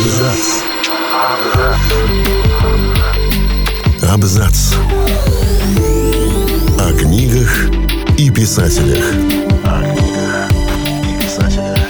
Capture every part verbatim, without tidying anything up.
Абзац. Абзац. О книгах и писателях. О книгах и писателях.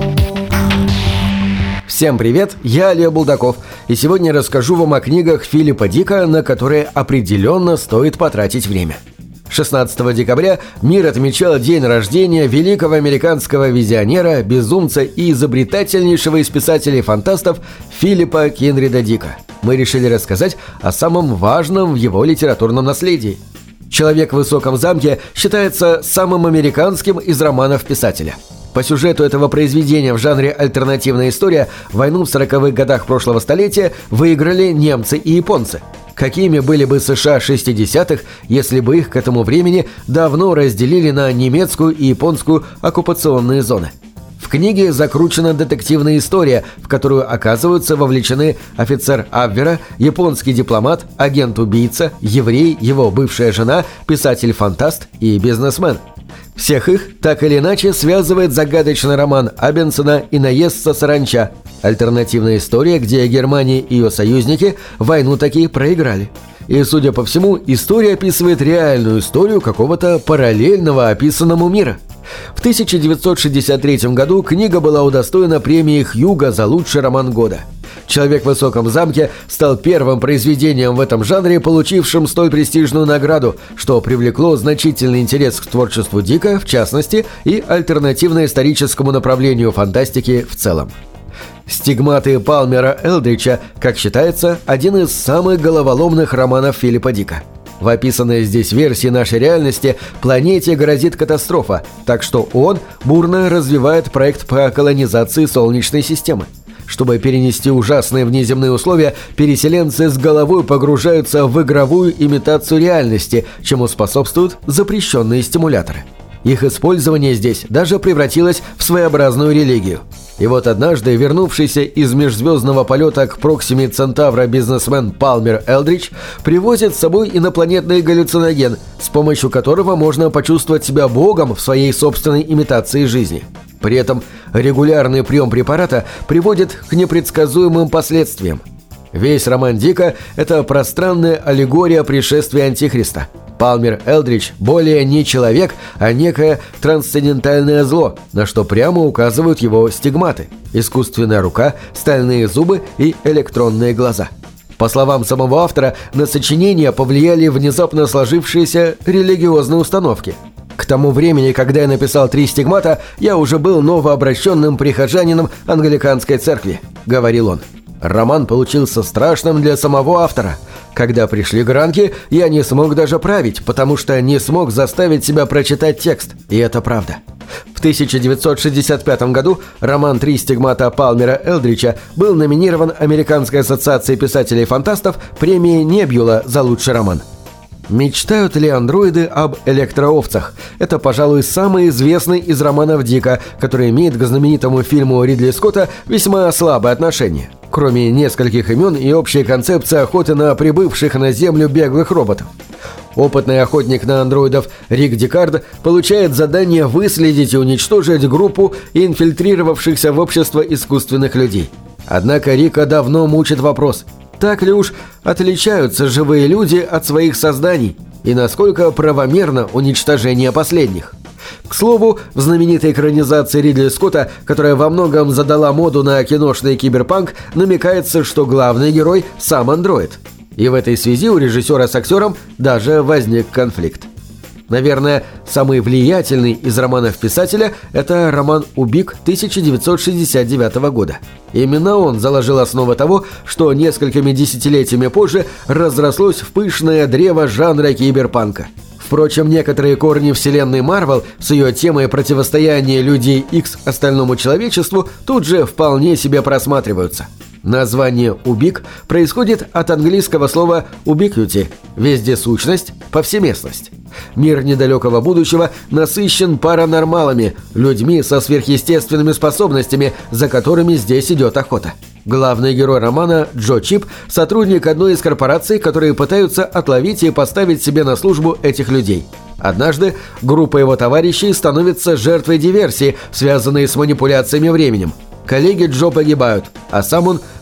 Всем привет, я Илья Булдаков, и сегодня расскажу вам о книгах Филиппа Дика, на которые определенно стоит потратить время. шестнадцатого декабря мир отмечал день рождения великого американского визионера, безумца и изобретательнейшего из писателей-фантастов Филиппа Кинрида Дика. Мы решили рассказать о самом важном в его литературном наследии. «Человек в высоком замке» считается самым американским из романов писателя. По сюжету этого произведения в жанре альтернативная история войну в сороковых годах прошлого столетия выиграли немцы и японцы. Какими были бы США шестидесятых, если бы их к этому времени давно разделили на немецкую и японскую оккупационные зоны? В книге закручена детективная история, в которую оказываются вовлечены офицер Абвера, японский дипломат, агент-убийца, еврей, его бывшая жена, писатель-фантаст и бизнесмен. Всех их так или иначе связывает загадочный роман Абенсона и наездца Саранча. Альтернативная история, где Германия и ее союзники войну таки проиграли. И, судя по всему, история описывает реальную историю какого-то параллельного описанному мира. В тысяча девятьсот шестьдесят третьем году книга была удостоена премии Хьюго за лучший роман года. «Человек в высоком замке» стал первым произведением в этом жанре, получившим столь престижную награду, что привлекло значительный интерес к творчеству Дика, в частности, и альтернативно-историческому направлению фантастики в целом. «Стигматы» Палмера Элдрича, как считается, один из самых головоломных романов Филиппа Дика. В описанной здесь версии нашей реальности планете грозит катастрофа, так что он бурно развивает проект по колонизации Солнечной системы. Чтобы перенести ужасные внеземные условия, переселенцы с головой погружаются в игровую имитацию реальности, чему способствуют запрещенные стимуляторы. Их использование здесь даже превратилось в своеобразную религию. И вот однажды вернувшийся из межзвездного полета к Проксиме Центавра бизнесмен Палмер Элдрич привозит с собой инопланетный галлюциноген, с помощью которого можно почувствовать себя богом в своей собственной имитации жизни. При этом регулярный прием препарата приводит к непредсказуемым последствиям. Весь роман Дика – это пространная аллегория пришествия Антихриста. Палмер Элдрич более не человек, а некое трансцендентальное зло, на что прямо указывают его стигматы – искусственная рука, стальные зубы и электронные глаза. По словам самого автора, на сочинение повлияли внезапно сложившиеся религиозные установки. «К тому времени, когда я написал «Три стигмата», я уже был новообращенным прихожанином англиканской церкви», — говорил он. Роман получился страшным для самого автора. Когда пришли гранки, я не смог даже править, потому что не смог заставить себя прочитать текст, и это правда. В тысяча девятьсот шестьдесят пятом году роман «Три стигмата» Палмера Элдрича был номинирован Американской ассоциацией писателей-фантастов премией Небьюла за лучший роман. «Мечтают ли андроиды об электроовцах?» Это, пожалуй, самый известный из романов Дика, который имеет к знаменитому фильму Ридли Скотта весьма слабое отношение. Кроме нескольких имен и общей концепции охоты на прибывших на Землю беглых роботов. Опытный охотник на андроидов Рик Декард получает задание выследить и уничтожить группу инфильтрировавшихся в общество искусственных людей. Однако Рика давно мучит вопрос – так ли уж отличаются живые люди от своих созданий, и насколько правомерно уничтожение последних? К слову, в знаменитой экранизации Ридли Скотта, которая во многом задала моду на киношный киберпанк, намекается, что главный герой – сам андроид. И в этой связи у режиссера с актером даже возник конфликт. Наверное, самый влиятельный из романов писателя – это роман «Убик» тысяча девятьсот шестьдесят девятого года. Именно он заложил основу того, что несколькими десятилетиями позже разрослось в пышное древо жанра киберпанка. Впрочем, некоторые корни вселенной Марвел с ее темой противостояния Людей Икс остальному человечеству тут же вполне себе просматриваются. Название «Убик» происходит от английского слова «ubiquity» – вездесущность, повсеместность. Мир недалекого будущего насыщен паранормалами, людьми со сверхъестественными способностями, за которыми здесь идет охота. Главный герой романа Джо Чип – сотрудник одной из корпораций, которые пытаются отловить и поставить себе на службу этих людей. Однажды группа его товарищей становится жертвой диверсии, связанной с манипуляциями временем. Коллеги Джо погибают, а сам он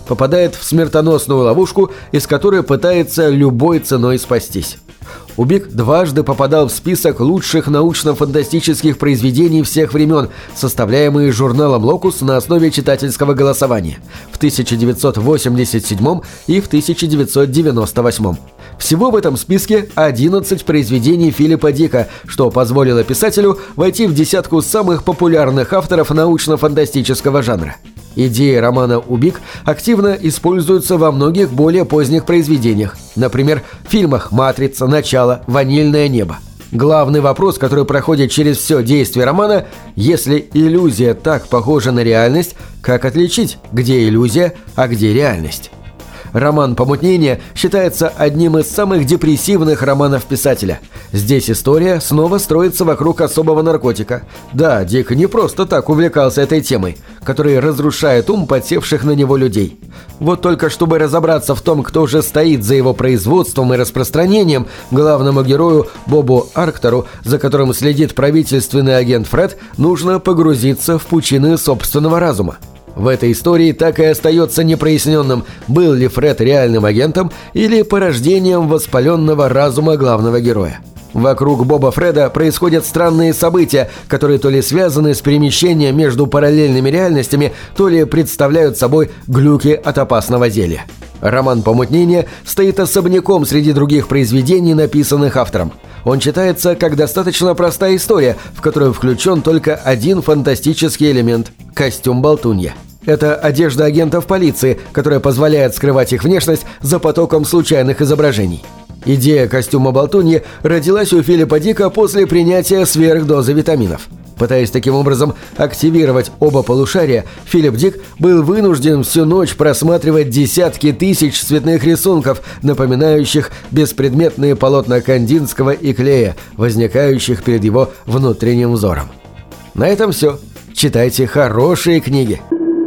попадает в смертоносную ловушку, из которой пытается любой ценой спастись. Убик дважды попадал в список лучших научно-фантастических произведений всех времен, составляемые журналом «Локус» на основе читательского голосования в тысяча девятьсот восемьдесят седьмом и в тысяча девятьсот девяносто восьмом. Всего в этом списке одиннадцать произведений Филиппа Дика, что позволило писателю войти в десятку самых популярных авторов научно-фантастического жанра. Идеи романа «Убик» активно используются во многих более поздних произведениях, например, в фильмах «Матрица», «Начало», «Ванильное небо». Главный вопрос, который проходит через все действие романа – если иллюзия так похожа на реальность, как отличить, где иллюзия, а где реальность? Роман «Помутнение» считается одним из самых депрессивных романов писателя. Здесь история снова строится вокруг особого наркотика. Да, Дик не просто так увлекался этой темой, который разрушает ум подсевших на него людей. Вот только чтобы разобраться в том, кто же стоит за его производством и распространением, главному герою Бобу Арктору, за которым следит правительственный агент Фред, нужно погрузиться в пучины собственного разума. В этой истории так и остается непроясненным, был ли Фред реальным агентом или порождением воспаленного разума главного героя. Вокруг Боба Фреда происходят странные события, которые то ли связаны с перемещением между параллельными реальностями, то ли представляют собой глюки от опасного зелья. Роман «Помутнение» стоит особняком среди других произведений, написанных автором. Он читается как достаточно простая история, в которую включен только один фантастический элемент – костюм болтунья. Это одежда агентов полиции, которая позволяет скрывать их внешность за потоком случайных изображений. Идея костюма болтуньи родилась у Филиппа Дика после принятия сверхдозы витаминов. Пытаясь таким образом активировать оба полушария, Филипп Дик был вынужден всю ночь просматривать десятки тысяч цветных рисунков, напоминающих беспредметные полотна Кандинского и клея, возникающих перед его внутренним взором. На этом все. Читайте хорошие книги.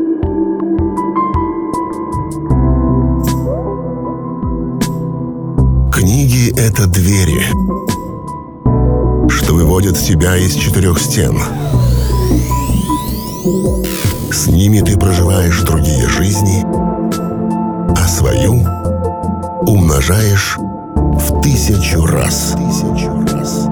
Книги — это двери, что выводят тебя из четырех стен. С ними ты проживаешь другие жизни, а свою умножаешь в тысячу раз. Тысячу раз.